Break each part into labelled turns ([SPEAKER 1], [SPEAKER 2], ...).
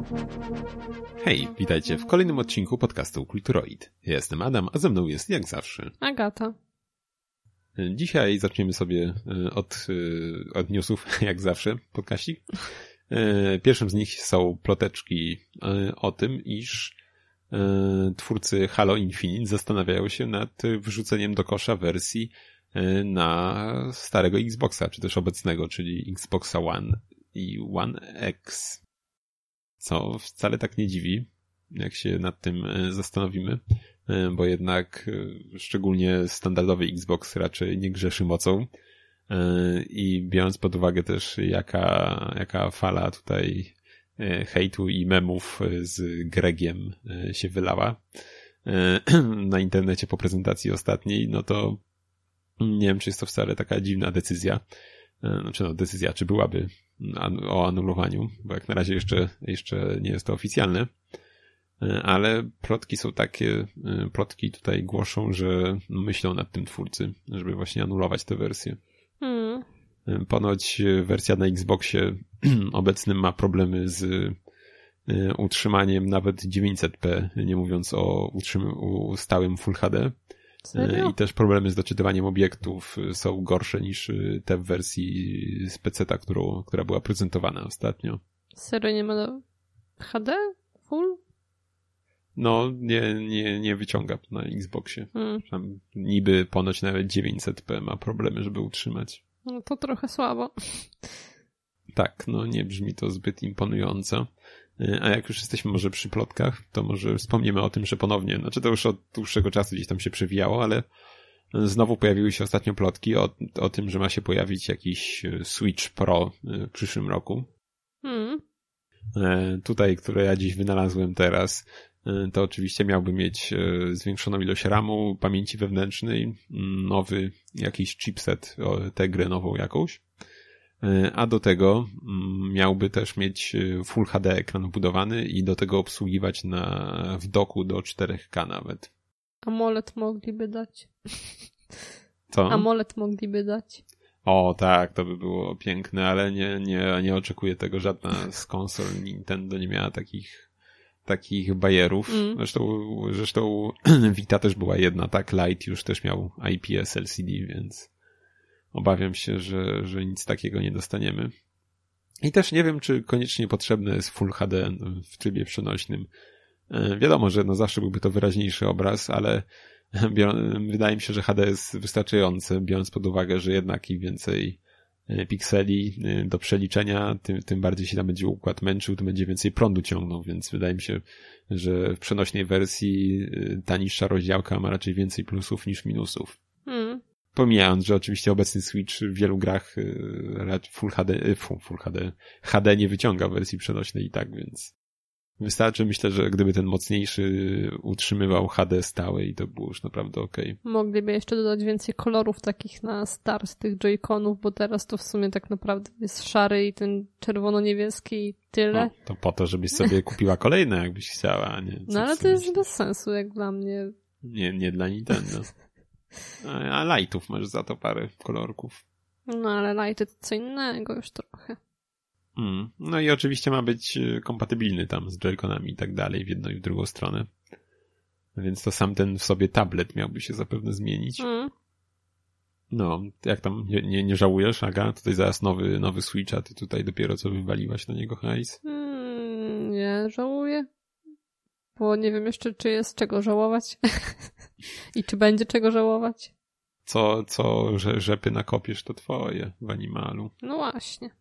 [SPEAKER 1] Hej, witajcie w kolejnym odcinku podcastu Kulturoid. Ja jestem Adam, a ze mną jest jak zawsze
[SPEAKER 2] Agata.
[SPEAKER 1] Dzisiaj zaczniemy sobie od newsów, jak zawsze, podcaścik. Pierwszym z nich są ploteczki o tym, iż twórcy Halo Infinite zastanawiają się nad wrzuceniem do kosza wersji na starego Xboxa, czy też obecnego, czyli Xboxa One i One X. Co wcale tak nie dziwi, jak się nad tym zastanowimy, bo jednak szczególnie standardowy Xbox raczej nie grzeszy mocą i biorąc pod uwagę też jaka fala tutaj hejtu i memów z Gregiem się wylała na internecie po prezentacji ostatniej, no to nie wiem, czy jest to wcale taka dziwna decyzja. Decyzja, czy byłaby o anulowaniu, bo jak na razie jeszcze nie jest to oficjalne, ale plotki są takie, plotki tutaj głoszą, że myślą nad tym twórcy, żeby właśnie anulować tę wersję. Ponoć wersja na Xboxie obecnym ma problemy z utrzymaniem nawet 900p, nie mówiąc o stałym Full HD.
[SPEAKER 2] Serio?
[SPEAKER 1] I też problemy z doczytywaniem obiektów są gorsze niż te w wersji z PC-ta, która była prezentowana ostatnio.
[SPEAKER 2] Serio nie ma HD? Full?
[SPEAKER 1] No, nie wyciąga na Xboxie. Tam niby ponoć nawet 900p ma problemy, żeby utrzymać.
[SPEAKER 2] No to trochę słabo.
[SPEAKER 1] Tak, no nie brzmi to zbyt imponująco. A jak już jesteśmy może przy plotkach, to może wspomnimy o tym, że ponownie, to już od dłuższego czasu gdzieś tam się przewijało, ale znowu pojawiły się ostatnio plotki o tym, że ma się pojawić jakiś Switch Pro w przyszłym roku. Tutaj, które ja dziś wynalazłem teraz, to oczywiście miałby mieć zwiększoną ilość RAMu, pamięci wewnętrznej, nowy jakiś chipset, tę grę nową jakąś. A do tego miałby też mieć Full HD ekran wbudowany i do tego obsługiwać w doku do 4K nawet.
[SPEAKER 2] AMOLED mogliby dać.
[SPEAKER 1] Co?
[SPEAKER 2] AMOLED mogliby dać.
[SPEAKER 1] O tak, to by było piękne, ale nie oczekuję tego. Żadna z konsol Nintendo nie miała takich bajerów. Zresztą Vita też była jedna, tak? Lite już też miał IPS LCD, więc obawiam się, że nic takiego nie dostaniemy. I też nie wiem, czy koniecznie potrzebne jest Full HD w trybie przenośnym. Wiadomo, że zawsze byłby to wyraźniejszy obraz, ale wydaje mi się, że HD jest wystarczające, biorąc pod uwagę, że jednak im więcej pikseli do przeliczenia, tym bardziej się tam będzie układ męczył, tym będzie więcej prądu ciągnął, więc wydaje mi się, że w przenośnej wersji ta niższa rozdziałka ma raczej więcej plusów niż minusów. Pomijając, że oczywiście obecny Switch w wielu grach Full HD nie wyciąga w wersji przenośnej i tak, więc wystarczy, myślę, że gdyby ten mocniejszy utrzymywał HD stałe i to było już naprawdę okej.
[SPEAKER 2] Mogliby jeszcze dodać więcej kolorów takich na start tych Joy-Conów, bo teraz to w sumie tak naprawdę jest szary i ten czerwono-niebieski i tyle.
[SPEAKER 1] No, to po to, żebyś sobie kupiła kolejne, jakbyś chciała, a nie...
[SPEAKER 2] No ale to jest bez sensu, jak dla mnie.
[SPEAKER 1] Nie dla Nintendo. A lightów masz za to parę kolorków.
[SPEAKER 2] No ale lighty to co innego już trochę.
[SPEAKER 1] No i oczywiście ma być kompatybilny tam z Joy-Conami i tak dalej w jedną i w drugą stronę. Więc to sam ten w sobie tablet miałby się zapewne zmienić. No, jak tam nie żałujesz, Aga? Tutaj zaraz nowy Switch, a ty tutaj dopiero co wywaliłaś na niego hajs?
[SPEAKER 2] Nie żałuję. Bo nie wiem jeszcze, czy jest czego żałować. I czy będzie czego żałować.
[SPEAKER 1] Że rzepy nakopiesz, to twoje w Animalu.
[SPEAKER 2] No właśnie.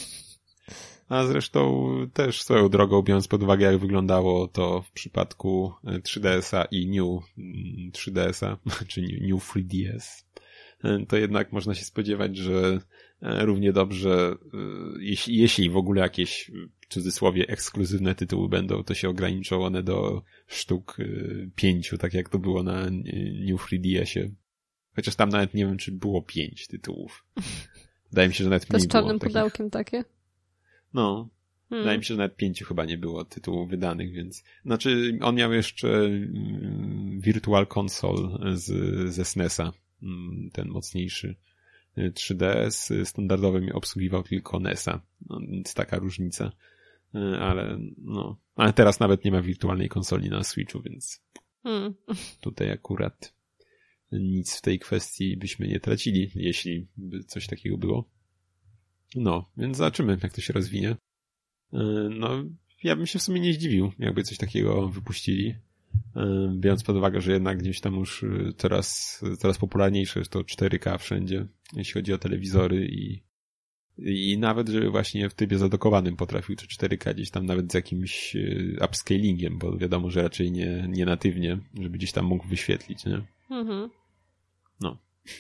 [SPEAKER 1] A zresztą też swoją drogą, biorąc pod uwagę, jak wyglądało to w przypadku 3DS-a i New 3DS-a, czy New 3DS, to jednak można się spodziewać, że równie dobrze, jeśli w ogóle jakieś, w cudzysłowie, ekskluzywne tytuły będą, to się ograniczą one do sztuk 5, tak jak to było na New 3DS-ie. Chociaż tam nawet nie wiem, czy było 5 tytułów. Wydaje mi się, że nawet mniej było.
[SPEAKER 2] To z czarnym pudełkiem takie?
[SPEAKER 1] No. Wydaje mi się, że nawet 5 chyba nie było tytułów wydanych, więc... Znaczy, on miał jeszcze Virtual Console ze SNES-a, ten mocniejszy 3DS. Standardowy obsługiwał tylko NES-a, no, więc taka różnica. ale teraz nawet nie ma wirtualnej konsoli na Switchu, więc tutaj akurat nic w tej kwestii byśmy nie tracili, jeśli by coś takiego było. No, więc zobaczymy, jak to się rozwinie. No, ja bym się w sumie nie zdziwił, jakby coś takiego wypuścili. Biorąc pod uwagę, że jednak gdzieś tam już coraz popularniejsze jest to 4K wszędzie, jeśli chodzi o telewizory i nawet, żeby właśnie w trybie zadokowanym potrafił to 4K gdzieś tam nawet z jakimś upscalingiem, bo wiadomo, że raczej nie natywnie, żeby gdzieś tam mógł wyświetlić, nie? Mhm. No.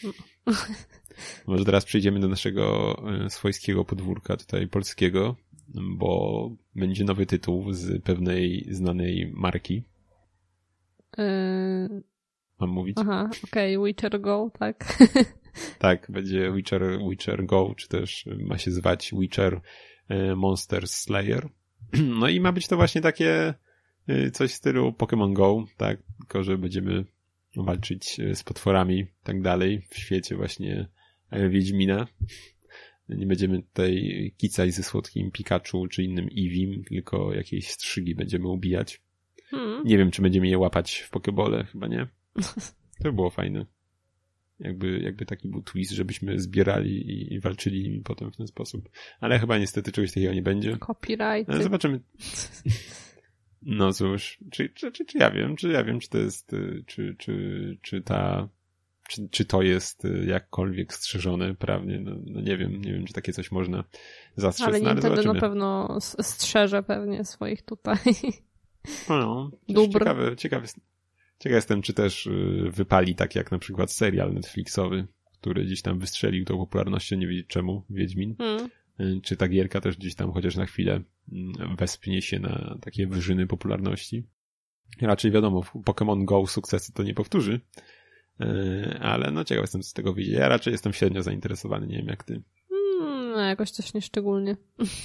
[SPEAKER 1] Może teraz przejdziemy do naszego swojskiego podwórka tutaj polskiego, bo będzie nowy tytuł z pewnej znanej marki. Mam mówić?
[SPEAKER 2] Aha, okej, Witcher Go, tak.
[SPEAKER 1] Tak, będzie Witcher Go, czy też ma się zwać Witcher Monster Slayer. No i ma być to właśnie takie coś w stylu Pokémon Go, tak, tylko że będziemy walczyć z potworami i tak dalej w świecie właśnie Wiedźmina. Nie będziemy tutaj kicać ze słodkim Pikachu czy innym Eevee, tylko jakieś strzygi będziemy ubijać. Nie wiem, czy będziemy je łapać w pokebole, chyba nie. To by było fajne. Jakby taki był twist, żebyśmy zbierali i walczyli nimi potem w ten sposób. Ale chyba niestety czegoś takiego nie będzie.
[SPEAKER 2] Copyright.
[SPEAKER 1] Ale zobaczymy. No cóż, czy ja wiem, czy to jest, czy to jest jakkolwiek strzeżone prawnie. No nie wiem, czy takie coś można zastrzec.
[SPEAKER 2] Ale Nintendo
[SPEAKER 1] zobaczymy.
[SPEAKER 2] na pewno strzeże pewnie swoich tutaj
[SPEAKER 1] No,
[SPEAKER 2] dóbr.
[SPEAKER 1] Ciekaw jestem, czy też wypali tak jak na przykład serial Netflixowy, który gdzieś tam wystrzelił tą popularnością, nie wiedzieć czemu, Wiedźmin. Czy ta gierka też gdzieś tam chociaż na chwilę wespnie się na takie wyżyny popularności. Raczej wiadomo, Pokémon Go sukcesy to nie powtórzy, ale no ciekaw jestem, co z tego wyjdzie. Ja raczej jestem średnio zainteresowany, nie wiem jak ty.
[SPEAKER 2] No jakoś też nieszczególnie.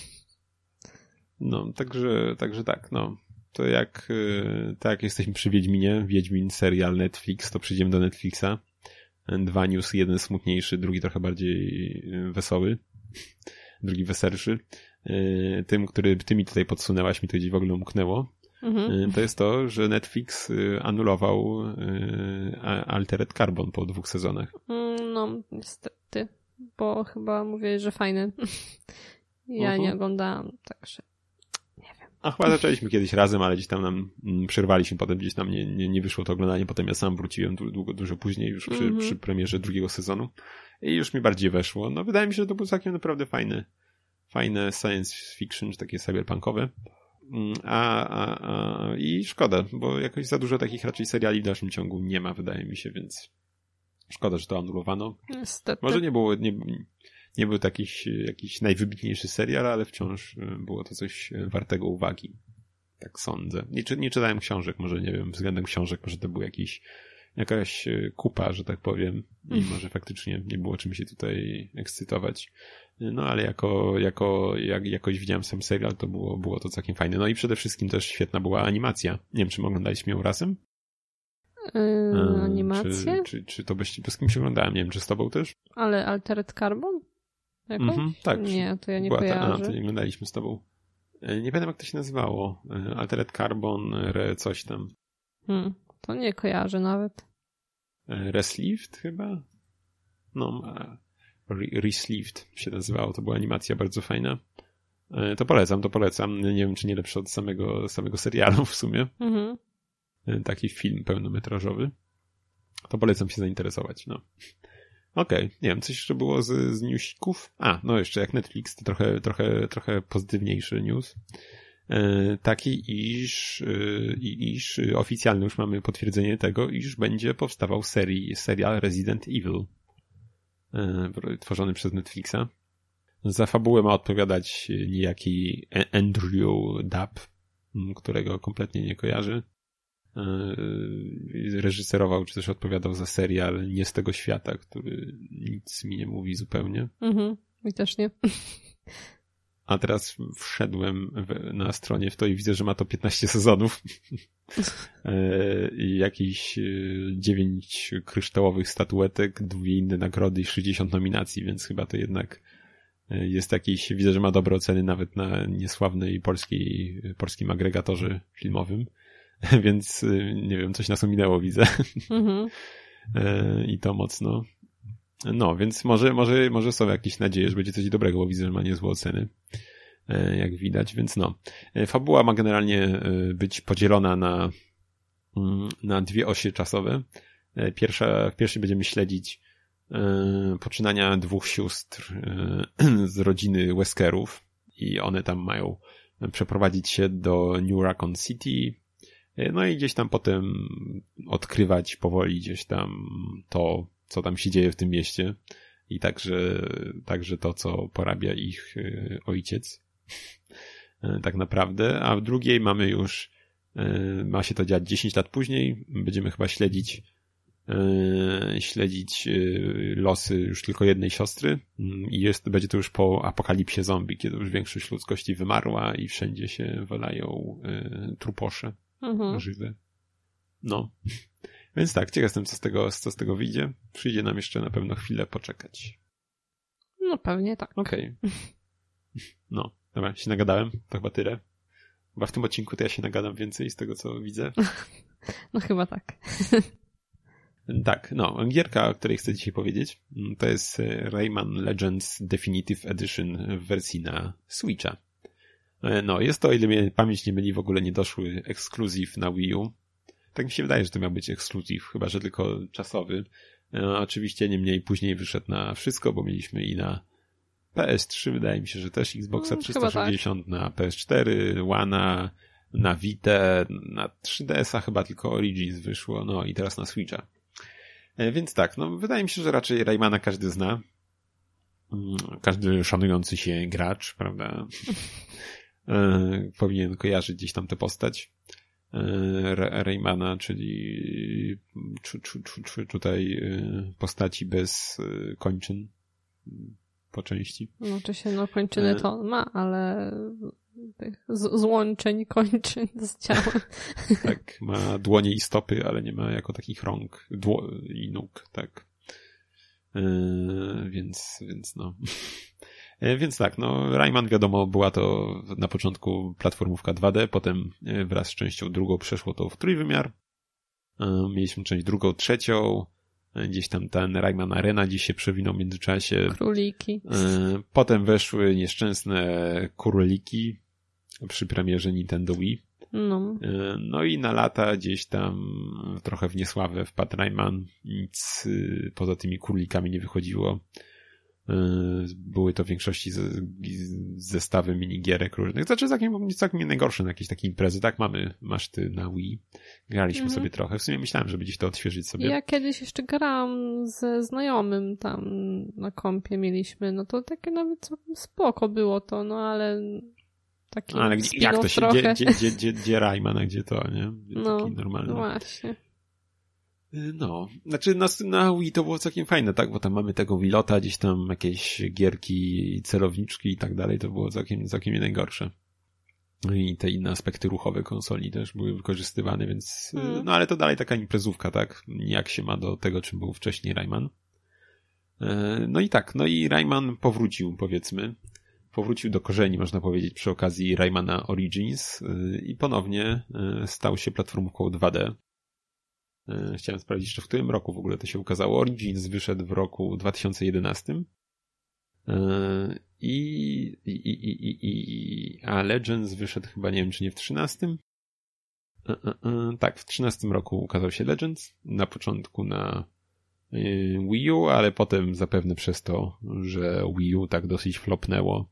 [SPEAKER 1] No, także tak, no. To jak jesteśmy przy Wiedźminie, Wiedźmin, serial Netflix, to przejdziemy do Netflixa. 2 newsy, jeden smutniejszy, drugi trochę bardziej wesoły, drugi weselszy. Który ty mi tutaj podsunęłaś, mi to gdzieś w ogóle umknęło. To jest to, że Netflix anulował Altered Carbon po 2 sezonach.
[SPEAKER 2] No, niestety, bo chyba mówię, że fajny. Ja nie oglądałam, także
[SPEAKER 1] a chyba zaczęliśmy kiedyś razem, ale gdzieś tam nam przerwaliśmy, potem gdzieś tam nie wyszło to oglądanie, potem ja sam wróciłem dużo później, już przy premierze 2 sezonu i już mi bardziej weszło. No wydaje mi się, że to był całkiem naprawdę fajne science fiction, czy takie cyberpunkowe. I szkoda, bo jakoś za dużo takich raczej seriali w dalszym ciągu nie ma, wydaje mi się, więc szkoda, że to anulowano.
[SPEAKER 2] Niestety.
[SPEAKER 1] Może nie był to jakiś najwybitniejszy serial, ale wciąż było to coś wartego uwagi. Tak sądzę. Nie czytałem książek, może nie wiem, względem książek, może to był jakaś kupa, że tak powiem, i może faktycznie nie było czym się tutaj ekscytować. No ale jak jakoś widziałem sam serial, to było to całkiem fajne. No i przede wszystkim też świetna była animacja. Nie wiem, czy oglądaliśmy ją razem?
[SPEAKER 2] Animację?
[SPEAKER 1] Czy to z kimś oglądałem? Nie wiem, czy z tobą też?
[SPEAKER 2] Ale Altered Carbon?
[SPEAKER 1] Tak.
[SPEAKER 2] Nie, to ja nie kojarzę.
[SPEAKER 1] To nie oglądaliśmy z tobą. Nie pamiętam, jak to się nazywało. Altered Carbon, coś tam.
[SPEAKER 2] To nie kojarzę nawet.
[SPEAKER 1] Resleeved chyba? No, Resleeved się nazywało. To była animacja bardzo fajna. To polecam. Nie wiem, czy nie lepsze od samego serialu w sumie. Taki film pełnometrażowy. To polecam się zainteresować, no. Okej, nie wiem, coś jeszcze było z newsików? No jeszcze jak Netflix, to trochę pozytywniejszy news. Taki, iż oficjalnie już mamy potwierdzenie tego, iż będzie powstawał serial Resident Evil, tworzony przez Netflixa. Za fabułę ma odpowiadać niejaki Andrew Dabb, którego kompletnie nie kojarzy. Reżyserował, czy też odpowiadał za serial Nie z tego świata, który nic mi nie mówi zupełnie.
[SPEAKER 2] Mi też nie.
[SPEAKER 1] A teraz wszedłem na stronie w to i widzę, że ma to 15 sezonów. I jakieś 9 kryształowych statuetek, 2 inne nagrody i 60 nominacji, więc chyba to jednak jest jakiś, widzę, że ma dobre oceny nawet na niesławnej polskim agregatorze filmowym, więc nie wiem, coś nas ominęło, widzę. I to mocno. No, więc może są jakieś nadzieje, że będzie coś dobrego, bo widzę, że ma niezłe oceny, jak widać, więc no. Fabuła ma generalnie być podzielona na dwie osie czasowe. W pierwszej będziemy śledzić poczynania dwóch sióstr z rodziny Weskerów i one tam mają przeprowadzić się do New Raccoon City, no i gdzieś tam potem odkrywać powoli gdzieś tam to, co tam się dzieje w tym mieście i także to, co porabia ich ojciec tak naprawdę, a w drugiej ma się to dziać 10 lat później, będziemy chyba śledzić losy już tylko jednej siostry i będzie to już po apokalipsie zombie, kiedy już większość ludzkości wymarła i wszędzie się walają truposze żywe. No. Więc tak, ciekaw jestem, co z tego wyjdzie. Przyjdzie nam jeszcze na pewno chwilę poczekać.
[SPEAKER 2] No pewnie tak.
[SPEAKER 1] Okej. No, dobra, się nagadałem. To chyba tyle. Chyba w tym odcinku to ja się nagadam więcej z tego, co widzę.
[SPEAKER 2] No chyba tak.
[SPEAKER 1] Tak, no, gierka, o której chcę dzisiaj powiedzieć, to jest Rayman Legends Definitive Edition w wersji na Switcha. No, jest to, o ile mnie pamięć nie myli, w ogóle niedoszły ekskluzyw na Wii U. Tak mi się wydaje, że to miał być ekskluzyw, chyba że tylko czasowy. Oczywiście niemniej później wyszedł na wszystko, bo mieliśmy i na PS3, wydaje mi się, że też Xboxa 360, tak. Na PS4, One'a, na Vita, na 3DS-a chyba tylko Origins wyszło, no i teraz na Switcha. Więc tak, no wydaje mi się, że raczej Raymana każdy zna. Każdy szanujący się gracz, prawda? Powinien kojarzyć gdzieś tam tę postać Raymana, czyli tutaj postaci bez kończyn po części.
[SPEAKER 2] No oczywiście, no kończyny to on ma, ale tych złączeń kończyn z ciałem.
[SPEAKER 1] Tak, ma dłonie i stopy, ale nie ma jako takich rąk i nóg, tak. Więc no. Więc tak, no Rayman wiadomo była to na początku platformówka 2D, potem wraz z częścią drugą przeszło to w trójwymiar. Mieliśmy część drugą, trzecią. Gdzieś tam ten Rayman Arena gdzieś się przewinął w międzyczasie.
[SPEAKER 2] Króliki.
[SPEAKER 1] Potem weszły nieszczęsne króliki przy premierze Nintendo Wii. No i na lata gdzieś tam trochę w niesławę wpadł Rayman. Nic poza tymi królikami nie wychodziło. Były to w większości zestawy minigierek różnych. Znaczy całkiem najgorsze na jakieś takie imprezy. Tak, masz ty na Wii. Graliśmy sobie trochę. W sumie myślałem, żeby gdzieś to odświeżyć sobie.
[SPEAKER 2] Ja kiedyś jeszcze grałam ze znajomym tam na kompie mieliśmy. No to takie nawet całkiem spoko było to, no ale taki
[SPEAKER 1] ale jak to się,
[SPEAKER 2] trochę.
[SPEAKER 1] Gdzie Rayman, a gdzie to, nie? Taki normalny.
[SPEAKER 2] No właśnie.
[SPEAKER 1] No, znaczy na Wii to było całkiem fajne, tak, bo tam mamy tego Wilota, gdzieś tam jakieś gierki, celowniczki i tak dalej, to było całkiem nie najgorsze. I te inne aspekty ruchowe konsoli też były wykorzystywane, więc no ale to dalej taka imprezówka, tak, jak się ma do tego, czym był wcześniej Rayman. No i tak, no i Rayman powrócił, powiedzmy. Powrócił do korzeni, można powiedzieć, przy okazji Raymana Origins i ponownie stał się platformką 2D. Chciałem sprawdzić jeszcze, w którym roku w ogóle to się ukazało. Origins wyszedł w roku 2011. A Legends wyszedł chyba, nie wiem, czy nie w 13. Tak, w 13 roku ukazał się Legends. Na początku na Wii U, ale potem zapewne przez to, że Wii U tak dosyć flopnęło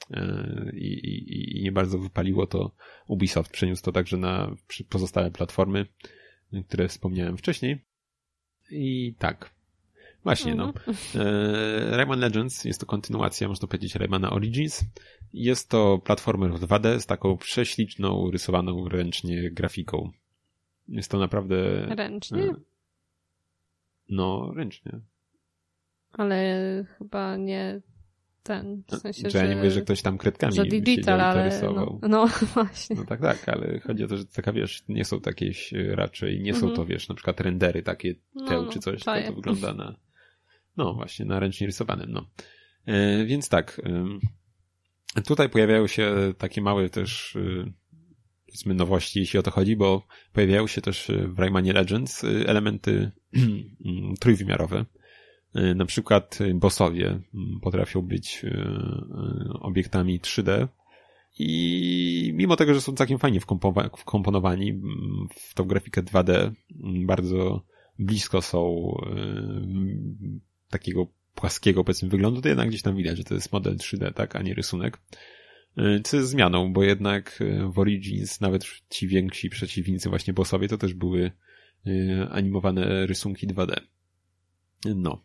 [SPEAKER 1] i nie bardzo wypaliło, to Ubisoft przeniósł to także na pozostałe platformy, które wspomniałem wcześniej. I tak. Właśnie, no. Rayman Legends jest to kontynuacja, można powiedzieć, Raymana Origins. Jest to platformer w 2D z taką prześliczną, rysowaną ręcznie grafiką. Jest to naprawdę...
[SPEAKER 2] Ręcznie?
[SPEAKER 1] No, ręcznie.
[SPEAKER 2] Ale chyba nie ten, w sensie,
[SPEAKER 1] że... Ja nie mówię, że ktoś tam kredkami
[SPEAKER 2] że digital, ale
[SPEAKER 1] rysował.
[SPEAKER 2] No właśnie.
[SPEAKER 1] No tak, ale chodzi o to, że taka, wiesz, nie są takie raczej, nie są to, wiesz, na przykład rendery takie czy coś, to wygląda na, no właśnie, na ręcznie rysowanym, no. Więc tak, tutaj pojawiają się takie małe też powiedzmy nowości, jeśli o to chodzi, bo pojawiają się też w Raymanie Legends elementy trójwymiarowe. Na przykład bossowie potrafią być obiektami 3D i mimo tego, że są całkiem fajnie wkomponowani w tą grafikę 2D, bardzo blisko są takiego płaskiego, powiedzmy, wyglądu, to jednak gdzieś tam widać, że to jest model 3D, tak, a nie rysunek. Co jest zmianą, bo jednak w Origins nawet ci więksi przeciwnicy, właśnie bossowie, to też były animowane rysunki 2D. No.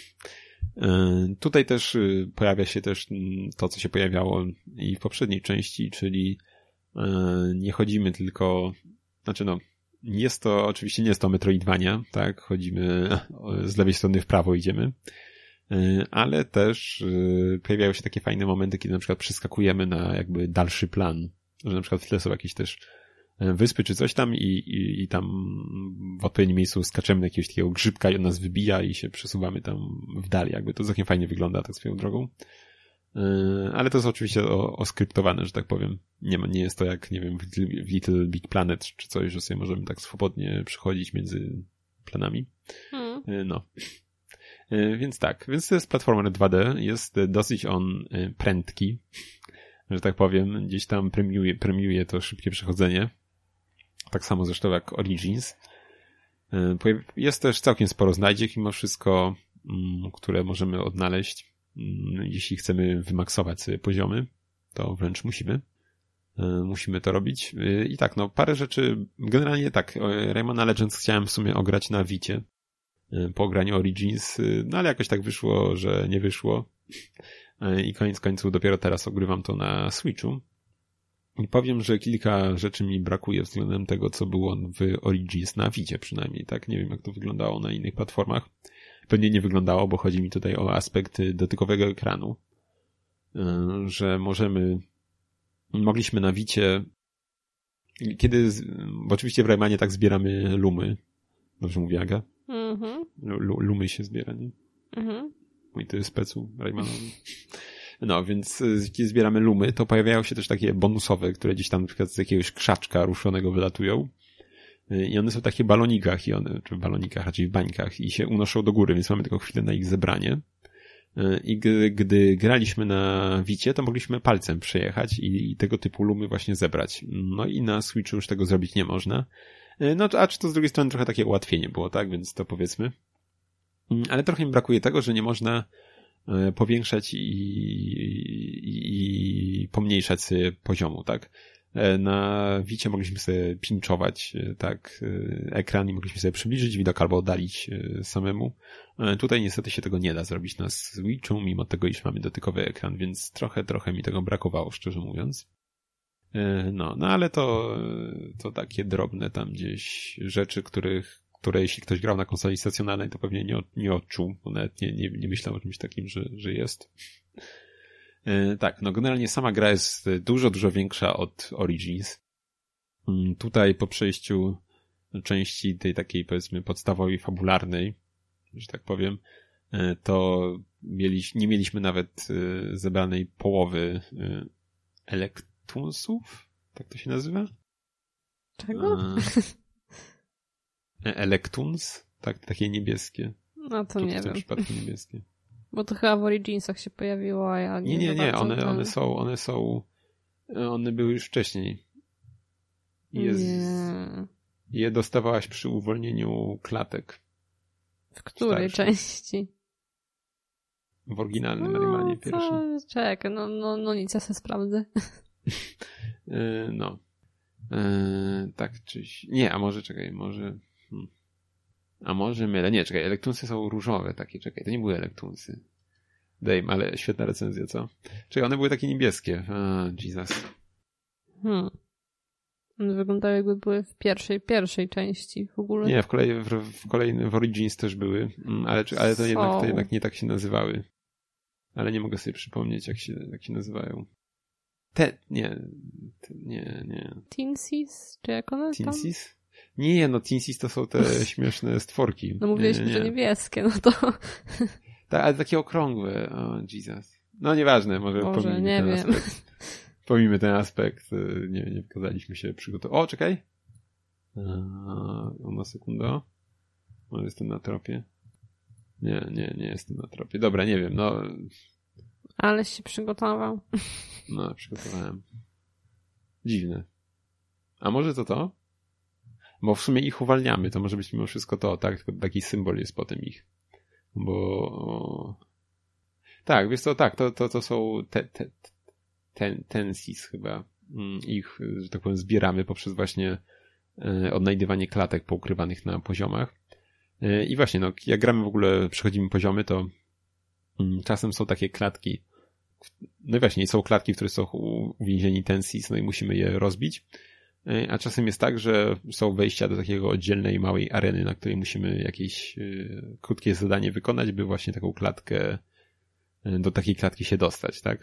[SPEAKER 1] Tutaj też pojawia się też to, co się pojawiało i w poprzedniej części, czyli nie chodzimy tylko, znaczy no, oczywiście nie jest to Metroidvania, tak, chodzimy z lewej strony w prawo idziemy, ale też pojawiają się takie fajne momenty, kiedy na przykład przeskakujemy na jakby dalszy plan, że na przykład w tle są jakieś też wyspy czy coś tam i tam w odpowiednim miejscu skaczemy na jakiegoś takiego grzybka i on nas wybija i się przesuwamy tam w dali, jakby to całkiem fajnie wygląda tak swoją drogą. Ale to jest oczywiście oskryptowane, że tak powiem. Nie jest to jak, nie wiem, w Little Big Planet czy coś, że sobie możemy tak swobodnie przechodzić między planami. No. Więc tak, więc to jest platformer 2D, jest dosyć on prędki, że tak powiem, gdzieś tam premiuje to szybkie przechodzenie. Tak samo zresztą jak Origins. Jest też całkiem sporo znajdziek mimo wszystko, które możemy odnaleźć. Jeśli chcemy wymaksować sobie poziomy, to wręcz musimy to robić. I tak, no parę rzeczy, generalnie tak, Raymana Legends chciałem w sumie ograć na Vicie po ograniu Origins, no ale jakoś tak wyszło, że nie wyszło. I koniec końców dopiero teraz ogrywam to na Switchu. I powiem, że kilka rzeczy mi brakuje względem tego, co było w Origins na Vicie przynajmniej, tak? Nie wiem, jak to wyglądało na innych platformach. Pewnie nie wyglądało, bo chodzi mi tutaj o aspekt dotykowego ekranu. Że mogliśmy na Vicie, bo oczywiście w Raymanie tak zbieramy lumy. Dobrze mówię, Aga? Lumy się zbiera, nie? Mój to jest specu Raymanowy. No, więc kiedy zbieramy lumy, to pojawiają się też takie bonusowe, które gdzieś tam na przykład z jakiegoś krzaczka ruszonego wylatują. I one są w takich balonikach, czy w balonikach, raczej w bańkach i się unoszą do góry, więc mamy tylko chwilę na ich zebranie. I gdy graliśmy na Vicie, to mogliśmy palcem przejechać i tego typu lumy właśnie zebrać. No i na Switchu już tego zrobić nie można. No, a czy to z drugiej strony trochę takie ułatwienie było, tak? Więc to powiedzmy. Ale trochę mi brakuje tego, że nie można powiększać i pomniejszać sobie poziomu, tak? Na Vicie mogliśmy sobie pinczować, tak, ekran i mogliśmy sobie przybliżyć widok albo oddalić samemu. Tutaj niestety się tego nie da zrobić na Switchu, mimo tego, iż mamy dotykowy ekran, więc trochę mi tego brakowało, szczerze mówiąc. No ale to takie drobne tam gdzieś rzeczy, które jeśli ktoś grał na konsoli stacjonarnej, to pewnie nie odczuł, bo nawet nie myślał o czymś takim, że jest. Tak, no generalnie sama gra jest dużo większa od Origins. Tutaj po przejściu części tej takiej, powiedzmy, podstawowej, fabularnej, że tak powiem, to nie mieliśmy nawet zebranej połowy Electunsów? Tak to się nazywa?
[SPEAKER 2] Czego?
[SPEAKER 1] Electuns? Tak, takie niebieskie.
[SPEAKER 2] No to nie wiem.
[SPEAKER 1] W przypadku niebieskie.
[SPEAKER 2] Bo to chyba w Originsach się pojawiło, a ja nie.
[SPEAKER 1] Nie, one były już wcześniej. Je dostawałaś przy uwolnieniu klatek.
[SPEAKER 2] W której części?
[SPEAKER 1] W oryginalnym Raymanie pierwszym.
[SPEAKER 2] Czekaj, no nic, ja sobie sprawdzę.
[SPEAKER 1] Tak, nie, a może czekaj, a może mylę. Nie, czekaj, Electunsy są różowe takie, czekaj, to nie były Electunsy. Dame, ale świetna recenzja, co? Czekaj, one były takie niebieskie. Jesus.
[SPEAKER 2] One wyglądały jakby były w pierwszej części w ogóle.
[SPEAKER 1] Nie, w Origins też były, ale to jednak nie tak się nazywały. Ale nie mogę sobie przypomnieć, jak się nazywają. Nie.
[SPEAKER 2] Teensies? Czy jak one tam?
[SPEAKER 1] Teensies? Nie, no Teensies to są te śmieszne stworki.
[SPEAKER 2] No mówiłeś, że niebieskie, no to...
[SPEAKER 1] Tak, ale takie okrągłe. Oh, Jesus. No nieważne, może
[SPEAKER 2] nie wiem.
[SPEAKER 1] aspekt. Pomijmy ten aspekt. Nie pokazaliśmy się przygotować. O, czekaj. Ona sekunda. Może jestem na tropie. Nie jestem na tropie. Dobra, nie wiem, no.
[SPEAKER 2] Ale się przygotował.
[SPEAKER 1] No, przygotowałem. Dziwne. A może to? Bo w sumie ich uwalniamy, to może być mimo wszystko to, tak? Tylko taki symbol jest potem ich. Bo... Tak, wiesz co, tak, to są tensis chyba. Ich, że tak powiem, zbieramy poprzez właśnie odnajdywanie klatek poukrywanych na poziomach. I właśnie, no, jak gramy w ogóle, przechodzimy poziomy, to czasem są takie klatki. No i właśnie, są klatki, w których są uwięzieni tensis, no i musimy je rozbić. A czasem jest tak, że są wejścia do takiego oddzielnej małej areny, na której musimy jakieś krótkie zadanie wykonać, by właśnie taką klatkę, do takiej klatki się dostać, tak?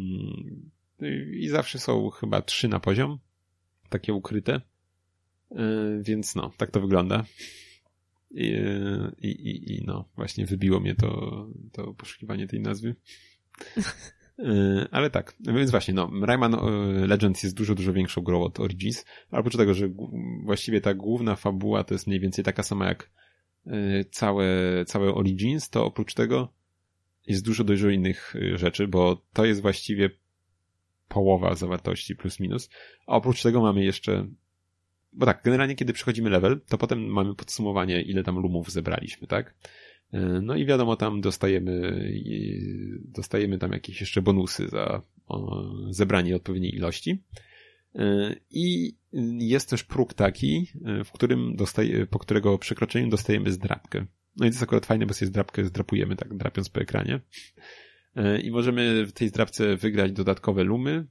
[SPEAKER 1] I zawsze są chyba 3 na poziom, takie ukryte. Więc no, tak to wygląda. I no, właśnie wybiło mnie to poszukiwanie tej nazwy. Ale tak, więc właśnie, no, Rayman Legends jest dużo większą grą od Origins, ale oprócz tego, że właściwie ta główna fabuła to jest mniej więcej taka sama jak całe Origins, to oprócz tego jest dużo innych rzeczy, bo to jest właściwie połowa zawartości plus minus, a oprócz tego mamy jeszcze, bo tak, generalnie kiedy przechodzimy level, to potem mamy podsumowanie, ile tam lumów zebraliśmy, tak? No i wiadomo, tam dostajemy tam jakieś jeszcze bonusy za zebranie odpowiedniej ilości. I jest też próg taki, po którego przekroczeniu dostajemy zdrabkę. No i to jest akurat fajne, bo sobie zdrabkę zdrapujemy, tak drapiąc po ekranie. I możemy w tej zdrabce wygrać dodatkowe lumy,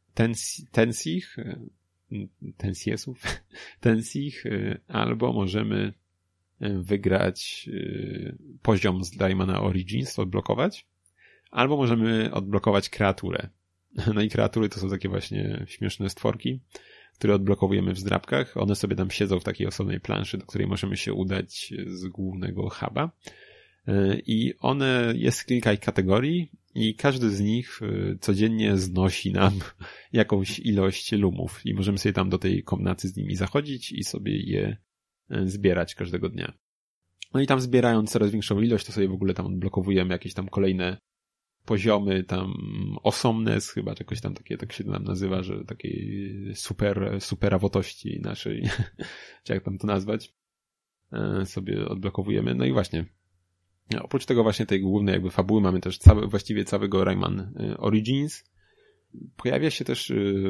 [SPEAKER 1] tensich, albo możemy wygrać poziom z Raymana Origins, odblokować, albo możemy odblokować kreaturę. No i kreatury to są takie właśnie śmieszne stworki, które odblokowujemy w zdrabkach. One sobie tam siedzą w takiej osobnej planszy, do której możemy się udać z głównego huba. I jest kilka kategorii i każdy z nich codziennie znosi nam jakąś ilość lumów i możemy sobie tam do tej komnaty z nimi zachodzić i sobie je zbierać każdego dnia. No i tam zbierając coraz większą ilość, to sobie w ogóle tam odblokowujemy jakieś tam kolejne poziomy, tam awesomeness chyba, czegoś tam takie, tak się tam nazywa, że takiej superawotości naszej, czy jak tam to nazwać, sobie odblokowujemy. No i właśnie, oprócz tego właśnie tej głównej jakby fabuły mamy też właściwie całego Rayman Origins. Pojawia się też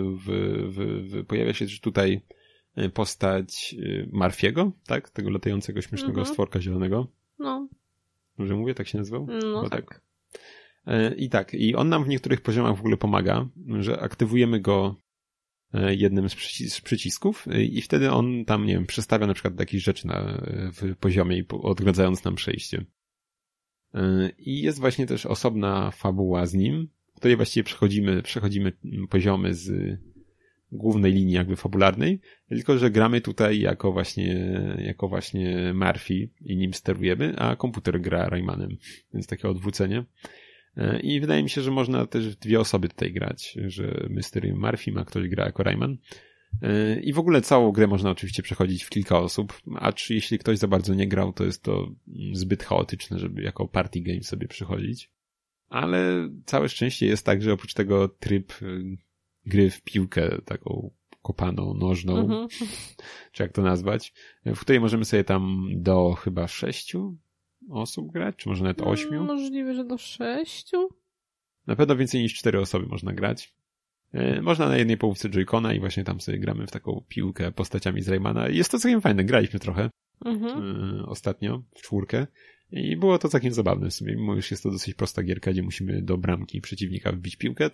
[SPEAKER 1] tutaj postać Marfiego, tak? Tego latającego śmiesznego stworka zielonego.
[SPEAKER 2] No.
[SPEAKER 1] Może mówię, tak się nazywał?
[SPEAKER 2] No tak.
[SPEAKER 1] I on nam w niektórych poziomach w ogóle pomaga, że aktywujemy go jednym z przycisków i wtedy on tam, nie wiem, przestawia na przykład jakieś rzeczy w poziomie, odgradzając nam przejście. I jest właśnie też osobna fabuła z nim, w której właściwie przechodzimy poziomy z głównej linii jakby fabularnej, tylko że gramy tutaj jako właśnie Murphy i nim sterujemy, a komputer gra Raymanem, więc takie odwrócenie. I wydaje mi się, że można też 2 osoby tutaj grać, że my sterujemy Murphy, a ktoś gra jako Rayman. I w ogóle całą grę można oczywiście przechodzić w kilka osób, a jeśli ktoś za bardzo nie grał, to jest to zbyt chaotyczne, żeby jako party game sobie przychodzić. Ale całe szczęście jest tak, że oprócz tego tryb gry w piłkę, taką kopaną, nożną, czy jak to nazwać, w której możemy sobie tam do chyba 6 osób grać, czy może nawet 8?
[SPEAKER 2] Możliwe, że do 6.
[SPEAKER 1] Na pewno więcej niż 4 osoby można grać. Można na jednej połówce Joy-Cona i właśnie tam sobie gramy w taką piłkę postaciami z Raymana. Jest to całkiem fajne. Graliśmy trochę ostatnio w 4 i było to całkiem zabawne w sumie. Mimo już jest to dosyć prosta gierka, gdzie musimy do bramki przeciwnika wbić piłkę,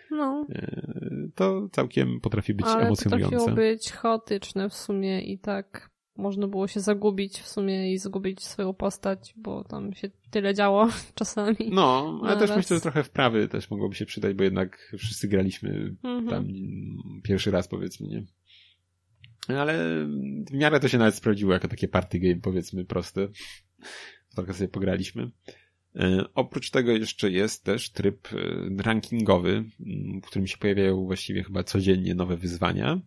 [SPEAKER 1] to całkiem potrafi być emocjonujące.
[SPEAKER 2] Ale potrafiło być chaotyczne w sumie i tak można było się zagubić w sumie i zgubić swoją postać, bo tam się tyle działo czasami.
[SPEAKER 1] No, ale też myślę, że trochę wprawy też mogłoby się przydać, bo jednak wszyscy graliśmy tam pierwszy raz, powiedzmy, nie? Ale w miarę to się nawet sprawdziło jako takie party game, powiedzmy, proste. Trochę sobie pograliśmy. Oprócz tego jeszcze jest też tryb rankingowy, w którym się pojawiają właściwie chyba codziennie nowe wyzwania.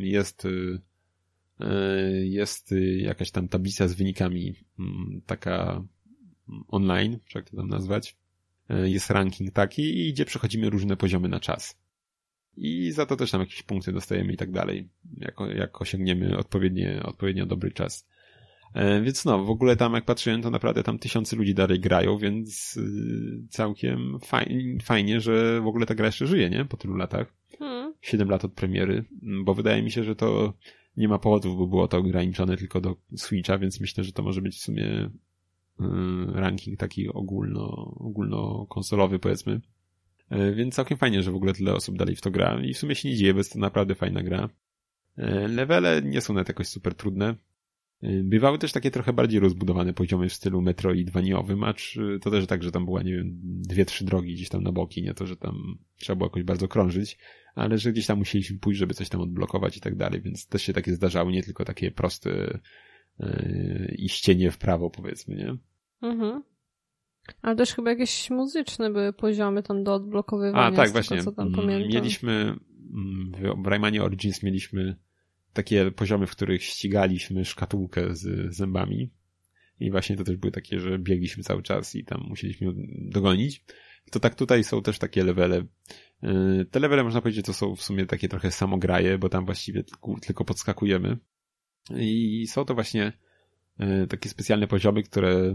[SPEAKER 1] Jest jakaś tam tablica z wynikami, taka online, czy jak to tam nazwać. Jest ranking taki i gdzie przechodzimy różne poziomy na czas. I za to też tam jakieś punkty dostajemy i tak dalej, jak osiągniemy odpowiednio dobry czas. Więc no, w ogóle tam jak patrzyłem, to naprawdę tam tysiące ludzi dalej grają, więc całkiem fajnie, że w ogóle ta gra jeszcze żyje, nie? Po tylu latach. 7 lat od premiery, bo wydaje mi się, że to nie ma powodów, by było to ograniczone tylko do Switcha, więc myślę, że to może być w sumie ranking taki ogólnokonsolowy, powiedzmy. Więc całkiem fajnie, że w ogóle tyle osób dalej w to gra i w sumie się nie dzieje, bo jest to naprawdę fajna gra. Levele nie są nawet jakoś super trudne. Bywały też takie trochę bardziej rozbudowane poziomy w stylu metroidvaniowym, acz to też tak, że tam była, nie wiem, 2-3 drogi gdzieś tam na boki, nie to, że tam trzeba było jakoś bardzo krążyć, ale że gdzieś tam musieliśmy pójść, żeby coś tam odblokować i tak dalej, więc też się takie zdarzały, nie tylko takie proste iścienie w prawo, powiedzmy, nie?
[SPEAKER 2] Mhm. Ale też chyba jakieś muzyczne były poziomy tam do odblokowywania.
[SPEAKER 1] A, tak, właśnie.
[SPEAKER 2] Co tam pamiętam.
[SPEAKER 1] Mieliśmy, w Raymanie Origins mieliśmy takie poziomy, w których ścigaliśmy szkatułkę z zębami i właśnie to też były takie, że biegliśmy cały czas i tam musieliśmy ją dogonić. To tak tutaj są też takie levele. Te levele można powiedzieć, to są w sumie takie trochę samograje, bo tam właściwie tylko podskakujemy. I są to właśnie takie specjalne poziomy, które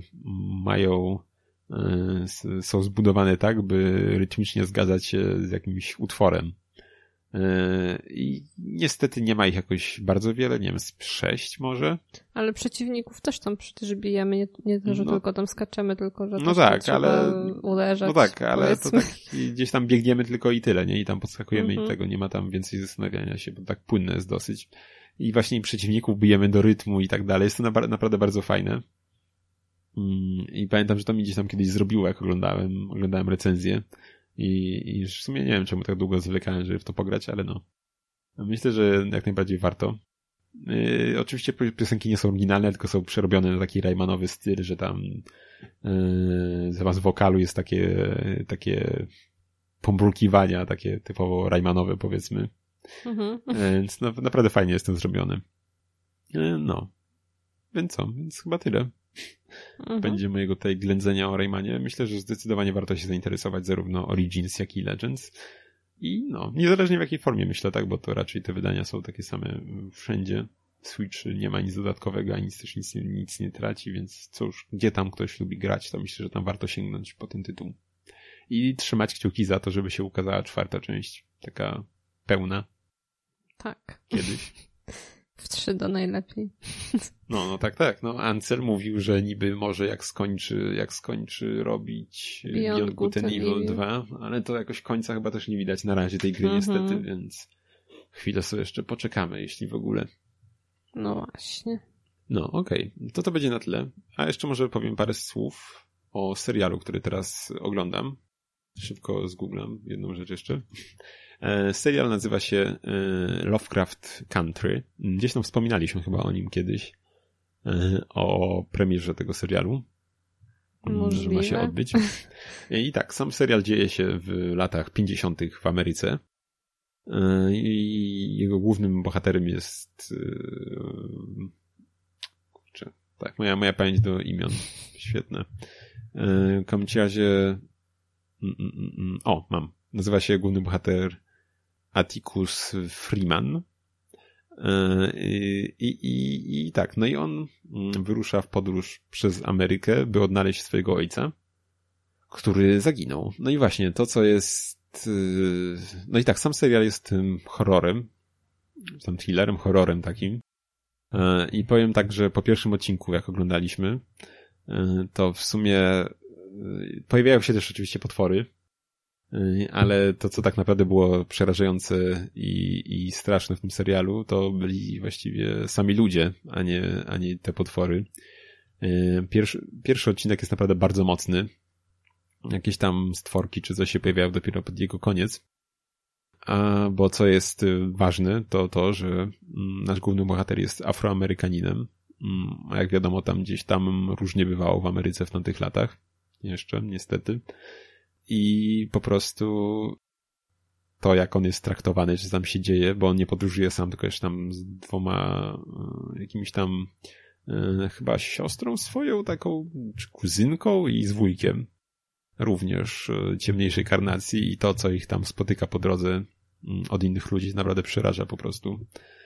[SPEAKER 1] są zbudowane tak, by rytmicznie zgadzać się z jakimś utworem. I niestety nie ma ich jakoś bardzo wiele, nie wiem, z 6 może.
[SPEAKER 2] Ale przeciwników też tam przecież bijemy, nie to, że tylko tam skaczemy, tylko że
[SPEAKER 1] no tak,
[SPEAKER 2] trzeba uderzać.
[SPEAKER 1] No tak, ale
[SPEAKER 2] powiedzmy.
[SPEAKER 1] to tak gdzieś tam biegniemy tylko i tyle, nie? I tam podskakujemy i tego nie ma tam więcej zastanawiania się, bo tak płynne jest dosyć. I właśnie przeciwników bijemy do rytmu i tak dalej. Jest to naprawdę bardzo fajne. I pamiętam, że to mi gdzieś tam kiedyś zrobiło, jak oglądałem recenzję. I w sumie nie wiem, czemu tak długo zwlekałem, żeby w to pograć, ale no. Myślę, że jak najbardziej warto. Oczywiście piosenki nie są oryginalne, tylko są przerobione na taki Raymanowy styl, że tam zamiast wokalu jest takie pomrukiwania, takie typowo Raymanowe, powiedzmy. Więc naprawdę fajnie jest to zrobione. No. Więc chyba tyle. Będzie mojego tutaj ględzenia o Raymanie. Myślę, że zdecydowanie warto się zainteresować zarówno Origins, jak i Legends. I no, niezależnie w jakiej formie, myślę tak, bo to raczej te wydania są takie same wszędzie. Switch nie ma nic dodatkowego, ani też nic nie traci, więc cóż, gdzie tam ktoś lubi grać, to myślę, że tam warto sięgnąć po ten tytuł. I trzymać kciuki za to, żeby się ukazała 4. część. Taka pełna.
[SPEAKER 2] Tak.
[SPEAKER 1] Kiedyś.
[SPEAKER 2] W 3D najlepiej.
[SPEAKER 1] No tak. No, Ansel mówił, że niby może jak skończy robić Beyond Good and Evil 2, ale to jakoś końca chyba też nie widać na razie tej gry niestety, więc chwilę sobie jeszcze poczekamy, jeśli w ogóle.
[SPEAKER 2] No właśnie.
[SPEAKER 1] No, okej. To będzie na tyle. A jeszcze może powiem parę słów o serialu, który teraz oglądam. Szybko zgooglam jedną rzecz jeszcze. Serial nazywa się Lovecraft Country. Gdzieś tam wspominaliśmy chyba o nim kiedyś. O premierze tego serialu.
[SPEAKER 2] Możliwe.
[SPEAKER 1] Że ma się odbyć. I tak, sam serial dzieje się w latach 50. w Ameryce. I jego głównym bohaterem jest kurczę, tak, moja pamięć do imion. Świetne. W każdym razie mam. Nazywa się główny bohater Atticus Freeman. I tak, no i on wyrusza w podróż przez Amerykę, by odnaleźć swojego ojca, który zaginął. No i właśnie, to co jest... No i tak, sam serial jest tym horrorem, tam thrillerem, horrorem takim. I powiem tak, że po pierwszym odcinku, jak oglądaliśmy, to w sumie pojawiają się też oczywiście potwory, ale to, co tak naprawdę było przerażające i straszne w tym serialu, to byli właściwie sami ludzie, a nie te potwory. Pierwszy odcinek jest naprawdę bardzo mocny. Jakieś tam stworki czy coś się pojawiają dopiero pod jego koniec. Bo co jest ważne, to to, że nasz główny bohater jest Afroamerykaninem. A jak wiadomo, tam gdzieś tam różnie bywało w Ameryce w tamtych latach. jeszcze, niestety. I po prostu to, jak on jest traktowany, czy tam się dzieje, bo on nie podróżuje sam, tylko jeszcze tam z 2 jakimiś tam chyba siostrą swoją, taką, czy kuzynką i z wujkiem. Również ciemniejszej karnacji i to, co ich tam spotyka po drodze od innych ludzi, naprawdę przeraża po prostu.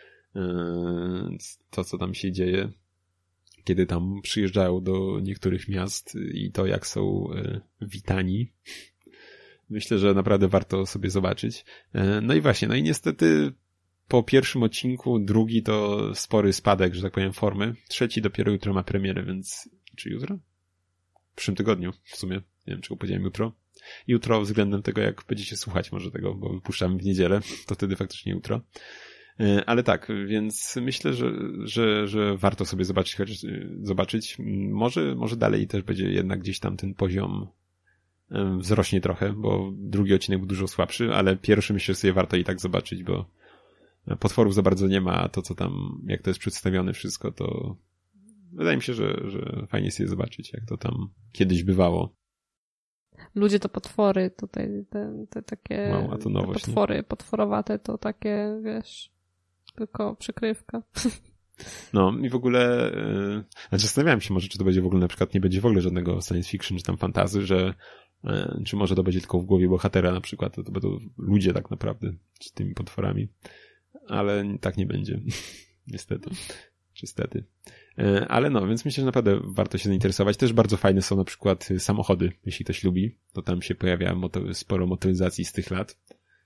[SPEAKER 1] To, co tam się dzieje, kiedy tam przyjeżdżają do niektórych miast i to, jak są witani. Myślę, że naprawdę warto sobie zobaczyć. No i właśnie, no i niestety po pierwszym odcinku, drugi to spory spadek, że tak powiem, formy. Trzeci dopiero jutro ma premierę, więc... Czy jutro? W przyszłym tygodniu w sumie. Nie wiem, czego powiedziałem jutro. Jutro względem tego, jak będziecie słuchać może tego, bo wypuszczamy w niedzielę, to wtedy faktycznie jutro. Ale tak, więc myślę, że warto sobie zobaczyć. Może dalej też będzie jednak gdzieś tam ten poziom wzrośnie trochę, bo drugi odcinek był dużo słabszy, ale pierwszy myślę, że sobie warto i tak zobaczyć, bo potworów za bardzo nie ma, a to co tam, jak to jest przedstawione wszystko, to wydaje mi się, że fajnie sobie zobaczyć, jak to tam kiedyś bywało.
[SPEAKER 2] Ludzie to potwory, tutaj te takie
[SPEAKER 1] wow, a to nowość,
[SPEAKER 2] te potwory, potworowate to takie, wiesz, tylko przykrywka.
[SPEAKER 1] No i w ogóle zastanawiałem się może, czy to będzie w ogóle, na przykład nie będzie w ogóle żadnego science fiction, czy tam fantasy, że czy może to będzie tylko w głowie bohatera na przykład, to będą ludzie tak naprawdę z tymi potworami. Ale tak nie będzie. Niestety. Czy stety. Ale no, więc myślę, że naprawdę warto się zainteresować. Też bardzo fajne są na przykład samochody, jeśli ktoś lubi. To tam się pojawia sporo motoryzacji z tych lat.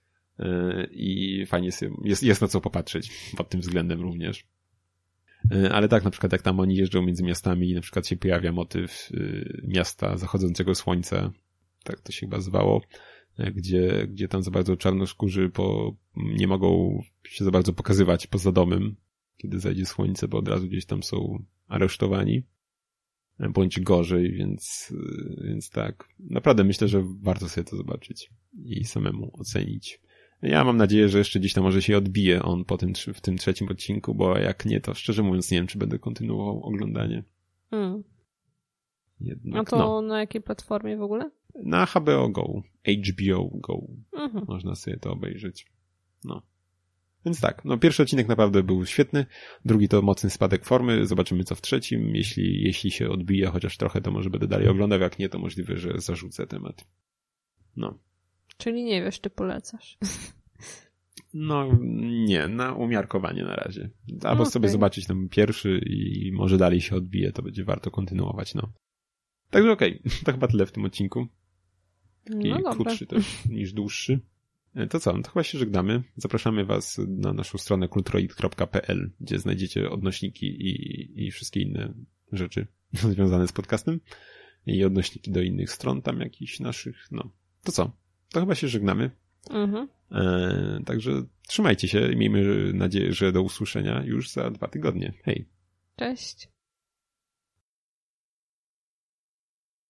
[SPEAKER 1] I fajnie jest na co popatrzeć pod tym względem również. Ale tak, na przykład jak tam oni jeżdżą między miastami i na przykład się pojawia motyw miasta zachodzącego słońca, tak to się chyba zwało, gdzie tam za bardzo czarnoskórzy nie mogą się za bardzo pokazywać poza domem, kiedy zajdzie słońce, bo od razu gdzieś tam są aresztowani, bądź gorzej, więc tak. Naprawdę myślę, że warto sobie to zobaczyć i samemu ocenić. Ja mam nadzieję, że jeszcze gdzieś tam może się odbije on w tym trzecim odcinku, bo jak nie, to szczerze mówiąc nie wiem, czy będę kontynuował oglądanie. Jednak,
[SPEAKER 2] a to na jakiej platformie w ogóle?
[SPEAKER 1] Na HBO Go. HBO Go. Można sobie to obejrzeć. No. Więc tak, no pierwszy odcinek naprawdę był świetny, drugi to mocny spadek formy, zobaczymy co w trzecim, jeśli się odbija chociaż trochę, to może będę dalej oglądał, jak nie, to możliwe, że zarzucę temat. No.
[SPEAKER 2] Czyli nie wiesz, czy polecasz.
[SPEAKER 1] No nie, na umiarkowanie na razie. Albo sobie zobaczyć tam pierwszy i może dalej się odbije, to będzie warto kontynuować, no. Także okej, to chyba tyle w tym odcinku. Taki krótszy też niż dłuższy. To co, to chyba się żegnamy. Zapraszamy was na naszą stronę kulturoid.pl, gdzie znajdziecie odnośniki i wszystkie inne rzeczy związane z podcastem i odnośniki do innych stron tam jakichś naszych, no. To co, to chyba się żegnamy. Także trzymajcie się i miejmy nadzieję, że do usłyszenia już za 2 tygodnie. Hej.
[SPEAKER 2] Cześć.